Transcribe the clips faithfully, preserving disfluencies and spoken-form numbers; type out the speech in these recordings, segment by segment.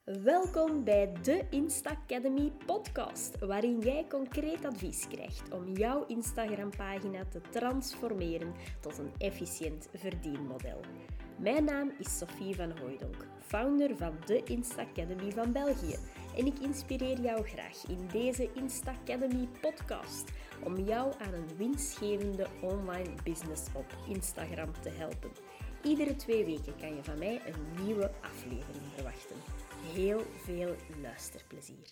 Welkom bij de Instacademy podcast, waarin jij concreet advies krijgt om jouw Instagram-pagina te transformeren tot een efficiënt verdienmodel. Mijn naam is Sophie van Hooijdonk, founder van de Instacademy van België. En ik inspireer jou graag in deze Instacademy podcast om jou aan een winstgevende online business op Instagram te helpen. Iedere twee weken kan je van mij een nieuwe aflevering verwachten. Heel veel luisterplezier.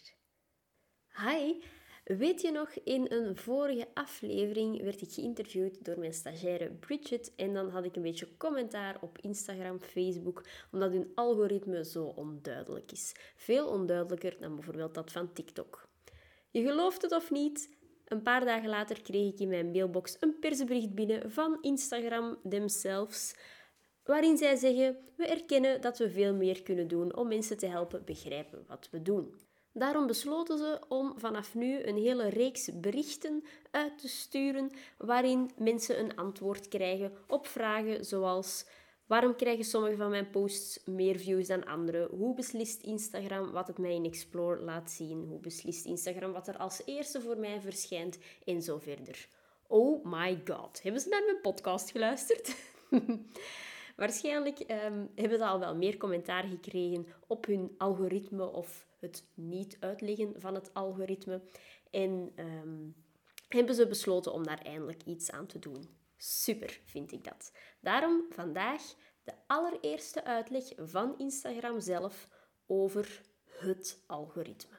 Hi, weet je nog, in een vorige aflevering werd ik geïnterviewd door mijn stagiaire Bridget en dan had ik een beetje commentaar op Instagram, Facebook, omdat hun algoritme zo onduidelijk is. Veel onduidelijker dan bijvoorbeeld dat van TikTok. Je gelooft het of niet? Een paar dagen later kreeg ik in mijn mailbox een persbericht binnen van Instagram themselves, waarin zij zeggen: we erkennen dat we veel meer kunnen doen om mensen te helpen begrijpen wat we doen. Daarom besloten ze om vanaf nu een hele reeks berichten uit te sturen waarin mensen een antwoord krijgen op vragen zoals: waarom krijgen sommige van mijn posts meer views dan andere? Hoe beslist Instagram wat het mij in Explore laat zien? Hoe beslist Instagram wat er als eerste voor mij verschijnt? En zo verder. Oh my god, hebben ze naar mijn podcast geluisterd? Waarschijnlijk um, hebben ze al wel meer commentaar gekregen op hun algoritme of het niet uitleggen van het algoritme. En um, hebben ze besloten om daar eindelijk iets aan te doen. Super, vind ik dat. Daarom vandaag de allereerste uitleg van Instagram zelf over het algoritme.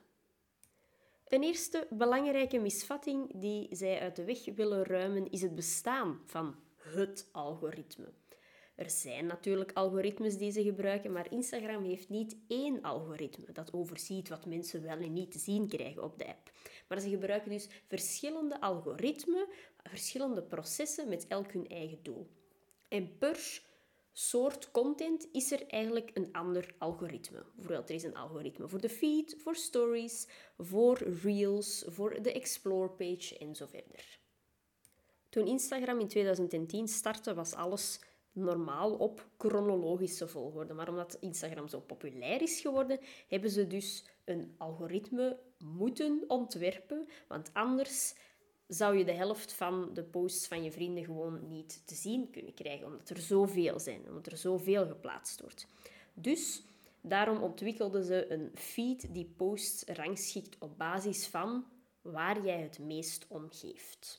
Een eerste belangrijke misvatting die zij uit de weg willen ruimen is het bestaan van het algoritme. Er zijn natuurlijk algoritmes die ze gebruiken, maar Instagram heeft niet één algoritme dat overziet wat mensen wel en niet te zien krijgen op de app. Maar ze gebruiken dus verschillende algoritmen, verschillende processen met elk hun eigen doel. En per soort content is er eigenlijk een ander algoritme. Bijvoorbeeld, er is een algoritme voor de feed, voor stories, voor reels, voor de explore page en zo verder. Toen Instagram in twintig tien startte, was alles normaal op chronologische volgorde. Maar omdat Instagram zo populair is geworden, hebben ze dus een algoritme moeten ontwerpen. Want anders zou je de helft van de posts van je vrienden gewoon niet te zien kunnen krijgen. Omdat er zoveel zijn, omdat er zoveel geplaatst wordt. Dus daarom ontwikkelden ze een feed die posts rangschikt op basis van waar jij het meest om geeft.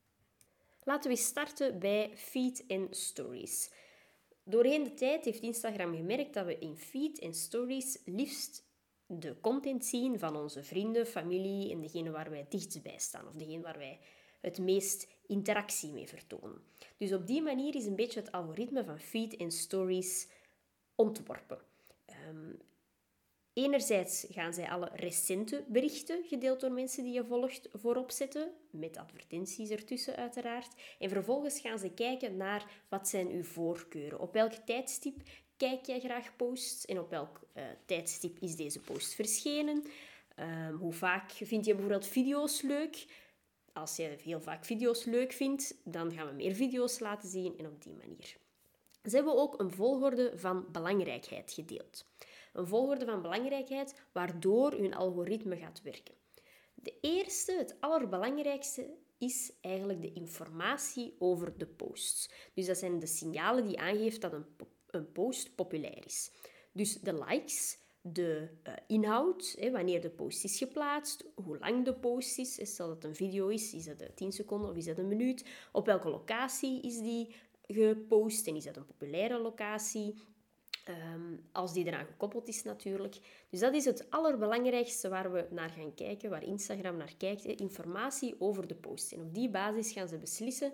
Laten we starten bij feed en stories. Doorheen de tijd heeft Instagram gemerkt dat we in feed en stories liefst de content zien van onze vrienden, familie en degene waar wij dichtst bij staan. Of degene waar wij het meest interactie mee vertonen. Dus op die manier is een beetje het algoritme van feed en stories ontworpen. Um, Enerzijds gaan zij alle recente berichten, gedeeld door mensen die je volgt, voorop zetten, met advertenties ertussen uiteraard. En vervolgens gaan ze kijken naar wat zijn uw voorkeuren. Op welk tijdstip kijk jij graag posts en op welk uh, tijdstip is deze post verschenen? Um, hoe vaak vind je bijvoorbeeld video's leuk? Als je heel vaak video's leuk vindt, dan gaan we meer video's laten zien en op die manier. Ze hebben ook een volgorde van belangrijkheid gedeeld. Een volgorde van belangrijkheid waardoor hun algoritme gaat werken. De eerste, het allerbelangrijkste, is eigenlijk de informatie over de posts. Dus dat zijn de signalen die aangeven dat een, een post populair is. Dus de likes, de uh, inhoud, hè, wanneer de post is geplaatst, hoe lang de post is. Stel dat het een video is, is dat tien seconden of is dat een minuut? Op welke locatie is die gepost en is dat een populaire locatie? Um, als die eraan gekoppeld is natuurlijk. Dus dat is het allerbelangrijkste waar we naar gaan kijken, waar Instagram naar kijkt. Hè, informatie over de post. En op die basis gaan ze beslissen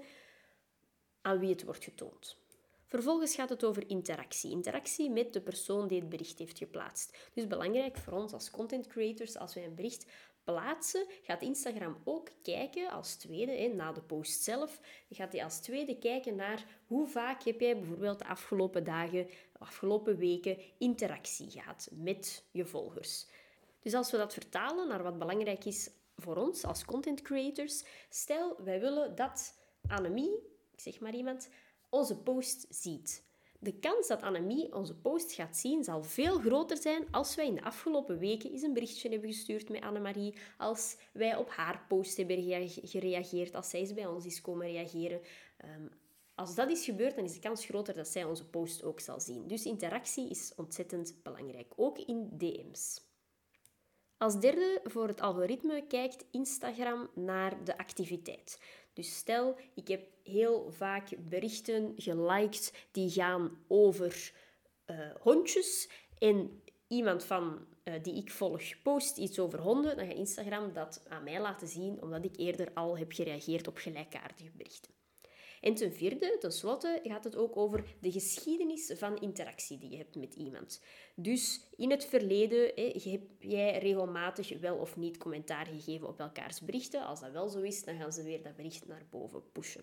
aan wie het wordt getoond. Vervolgens gaat het over interactie. Interactie met de persoon die het bericht heeft geplaatst. Dus belangrijk voor ons als content creators, als wij een bericht plaatsen, gaat Instagram ook kijken als tweede, hè, na de post zelf, gaat hij als tweede kijken naar hoe vaak heb jij bijvoorbeeld de afgelopen dagen, afgelopen weken interactie gehad met je volgers. Dus als we dat vertalen naar wat belangrijk is voor ons als content creators, stel wij willen dat Annemie, ik zeg maar iemand, onze post ziet. De kans dat Annemie onze post gaat zien zal veel groter zijn als wij in de afgelopen weken eens een berichtje hebben gestuurd met Annemarie, als wij op haar post hebben gereageerd, als zij eens bij ons is komen reageren. Um, als dat is gebeurd, dan is de kans groter dat zij onze post ook zal zien. Dus interactie is ontzettend belangrijk, ook in D M's. Als derde voor het algoritme kijkt Instagram naar de activiteit. Dus stel, ik heb heel vaak berichten geliked die gaan over uh, hondjes en iemand van, uh, die ik volg post iets over honden, dan gaat Instagram dat aan mij laten zien, omdat ik eerder al heb gereageerd op gelijkaardige berichten. En ten vierde, tenslotte, gaat het ook over de geschiedenis van interactie die je hebt met iemand. Dus in het verleden hè, heb jij regelmatig wel of niet commentaar gegeven op elkaars berichten. Als dat wel zo is, dan gaan ze weer dat bericht naar boven pushen.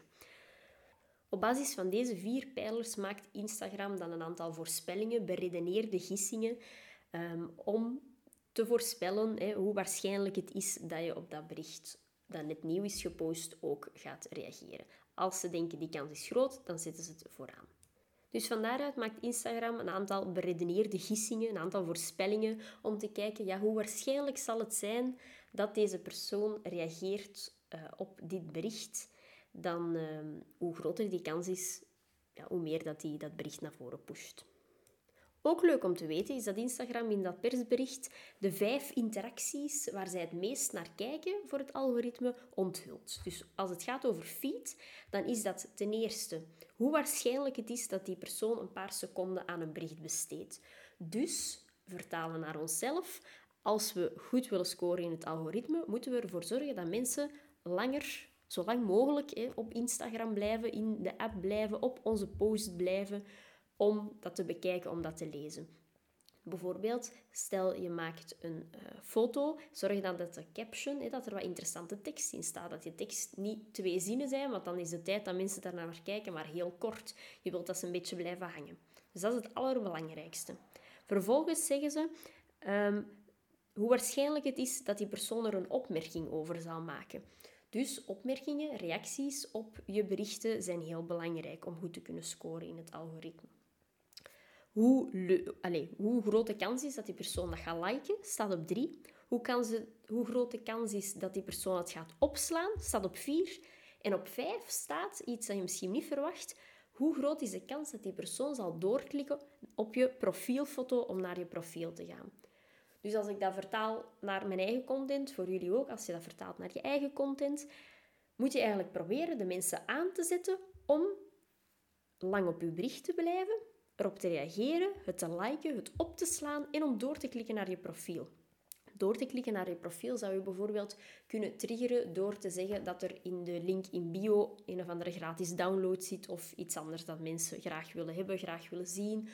Op basis van deze vier pijlers maakt Instagram dan een aantal voorspellingen, beredeneerde gissingen, um, om te voorspellen hè, hoe waarschijnlijk het is dat je op dat bericht dat net nieuw is gepost ook gaat reageren. Als ze denken die kans is groot, dan zetten ze het vooraan. Dus van daaruit maakt Instagram een aantal beredeneerde gissingen, een aantal voorspellingen, om te kijken ja, hoe waarschijnlijk zal het zijn dat deze persoon reageert uh, op dit bericht. Dan uh, hoe groter die kans is, ja, hoe meer dat hij dat bericht naar voren pusht. Ook leuk om te weten is dat Instagram in dat persbericht de vijf interacties waar zij het meest naar kijken voor het algoritme onthult. Dus als het gaat over feed, dan is dat ten eerste hoe waarschijnlijk het is dat die persoon een paar seconden aan een bericht besteedt. Dus, vertalen naar onszelf, als we goed willen scoren in het algoritme, moeten we ervoor zorgen dat mensen langer, zo lang mogelijk hè, op Instagram blijven, in de app blijven, op onze post blijven, om dat te bekijken, om dat te lezen. Bijvoorbeeld, stel je maakt een uh, foto, zorg dan dat de caption, hè, dat er wat interessante tekst in staat. Dat je tekst niet twee zinnen zijn, want dan is de tijd dat mensen daar naar kijken maar heel kort. Je wilt dat ze een beetje blijven hangen. Dus dat is het allerbelangrijkste. Vervolgens zeggen ze um, hoe waarschijnlijk het is dat die persoon er een opmerking over zal maken. Dus opmerkingen, reacties op je berichten zijn heel belangrijk om goed te kunnen scoren in het algoritme. Hoe, le- allez, hoe groot de kans is dat die persoon dat gaat liken, staat op drie. Hoe, kan ze, hoe groot de kans is dat die persoon het gaat opslaan, staat op vier. En op vijf staat, iets dat je misschien niet verwacht, hoe groot is de kans dat die persoon zal doorklikken op je profielfoto om naar je profiel te gaan. Dus als ik dat vertaal naar mijn eigen content, voor jullie ook, als je dat vertaalt naar je eigen content, moet je eigenlijk proberen de mensen aan te zetten om lang op je bericht te blijven, erop te reageren, het te liken, het op te slaan en om door te klikken naar je profiel. Door te klikken naar je profiel zou je bijvoorbeeld kunnen triggeren door te zeggen dat er in de link in bio een of andere gratis download zit of iets anders dat mensen graag willen hebben, graag willen zien.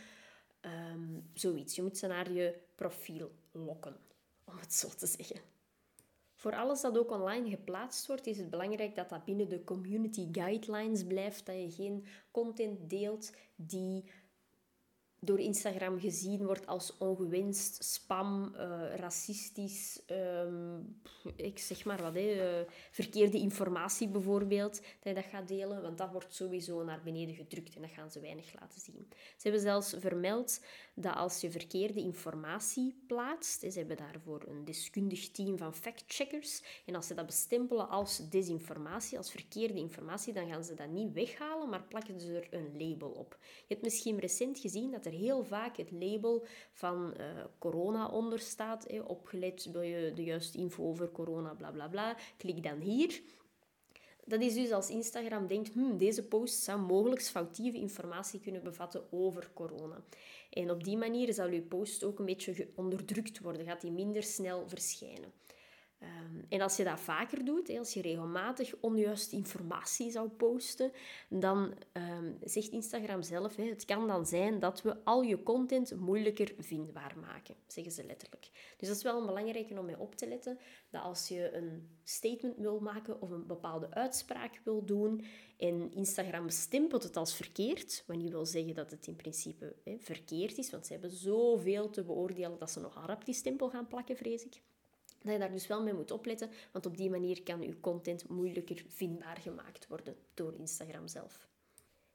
Um, zoiets. Je moet ze naar je profiel lokken, om het zo te zeggen. Voor alles dat ook online geplaatst wordt, is het belangrijk dat dat binnen de community guidelines blijft, dat je geen content deelt die door Instagram gezien wordt als ongewenst, spam, uh, racistisch, um, ik zeg maar wat, hè, uh, verkeerde informatie bijvoorbeeld, dat je dat gaat delen, want dat wordt sowieso naar beneden gedrukt en dat gaan ze weinig laten zien. Ze hebben zelfs vermeld dat als je verkeerde informatie plaatst, hè, ze hebben daarvoor een deskundig team van factcheckers, en als ze dat bestempelen als desinformatie, als verkeerde informatie, dan gaan ze dat niet weghalen, maar plakken ze er een label op. Je hebt misschien recent gezien dat er heel vaak het label van uh, corona onder staat. Hè, opgelet, wil je de juiste info over corona, bla bla bla. Klik dan hier. Dat is dus als Instagram denkt, hm, deze post zou mogelijk foutieve informatie kunnen bevatten over corona. En op die manier zal je post ook een beetje onderdrukt worden, gaat die minder snel verschijnen. Um, en als je dat vaker doet, hè, als je regelmatig onjuiste informatie zou posten, dan um, zegt Instagram zelf, hè, het kan dan zijn dat we al je content moeilijker vindbaar maken, zeggen ze letterlijk. Dus dat is wel een belangrijke om mee op te letten, dat als je een statement wil maken of een bepaalde uitspraak wil doen en Instagram bestempelt het als verkeerd, wat niet wil zeggen dat het in principe hè, verkeerd is, want ze hebben zoveel te beoordelen dat ze nogal rap die stempel gaan plakken, vrees ik. Dat je daar dus wel mee moet opletten, want op die manier kan je content moeilijker vindbaar gemaakt worden door Instagram zelf.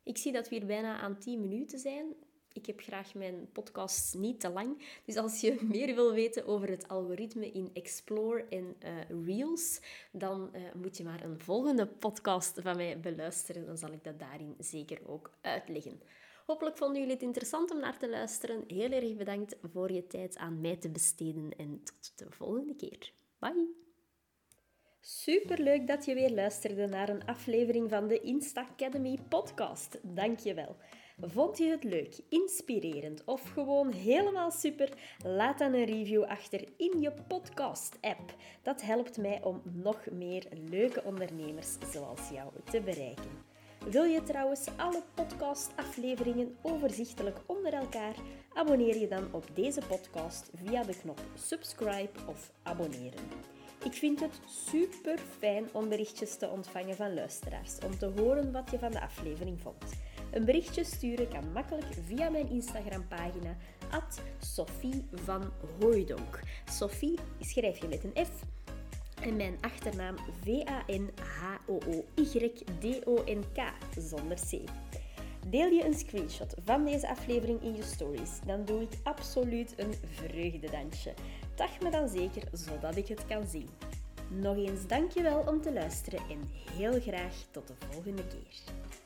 Ik zie dat we hier bijna aan tien minuten zijn. Ik heb graag mijn podcasts niet te lang. Dus als je meer wil weten over het algoritme in Explore en uh, Reels, dan uh, moet je maar een volgende podcast van mij beluisteren. Dan zal ik dat daarin zeker ook uitleggen. Hopelijk vonden jullie het interessant om naar te luisteren. Heel erg bedankt voor je tijd aan mij te besteden en tot de volgende keer. Bye! Superleuk dat je weer luisterde naar een aflevering van de Instacademy podcast. Dank je wel. Vond je het leuk, inspirerend of gewoon helemaal super? Laat dan een review achter in je podcast-app. Dat helpt mij om nog meer leuke ondernemers zoals jou te bereiken. Wil je trouwens alle podcastafleveringen overzichtelijk onder elkaar? Abonneer je dan op deze podcast via de knop subscribe of abonneren. Ik vind het super fijn om berichtjes te ontvangen van luisteraars, om te horen wat je van de aflevering vond. Een berichtje sturen kan makkelijk via mijn Instagram-pagina at Sophie van Hooijdonk. Sophie schrijf je met een F en mijn achternaam V A N H O O Y D O N K zonder C. Deel je een screenshot van deze aflevering in je stories, dan doe ik absoluut een vreugdedansje. Tag me dan zeker, zodat ik het kan zien. Nog eens dankjewel om te luisteren en heel graag tot de volgende keer.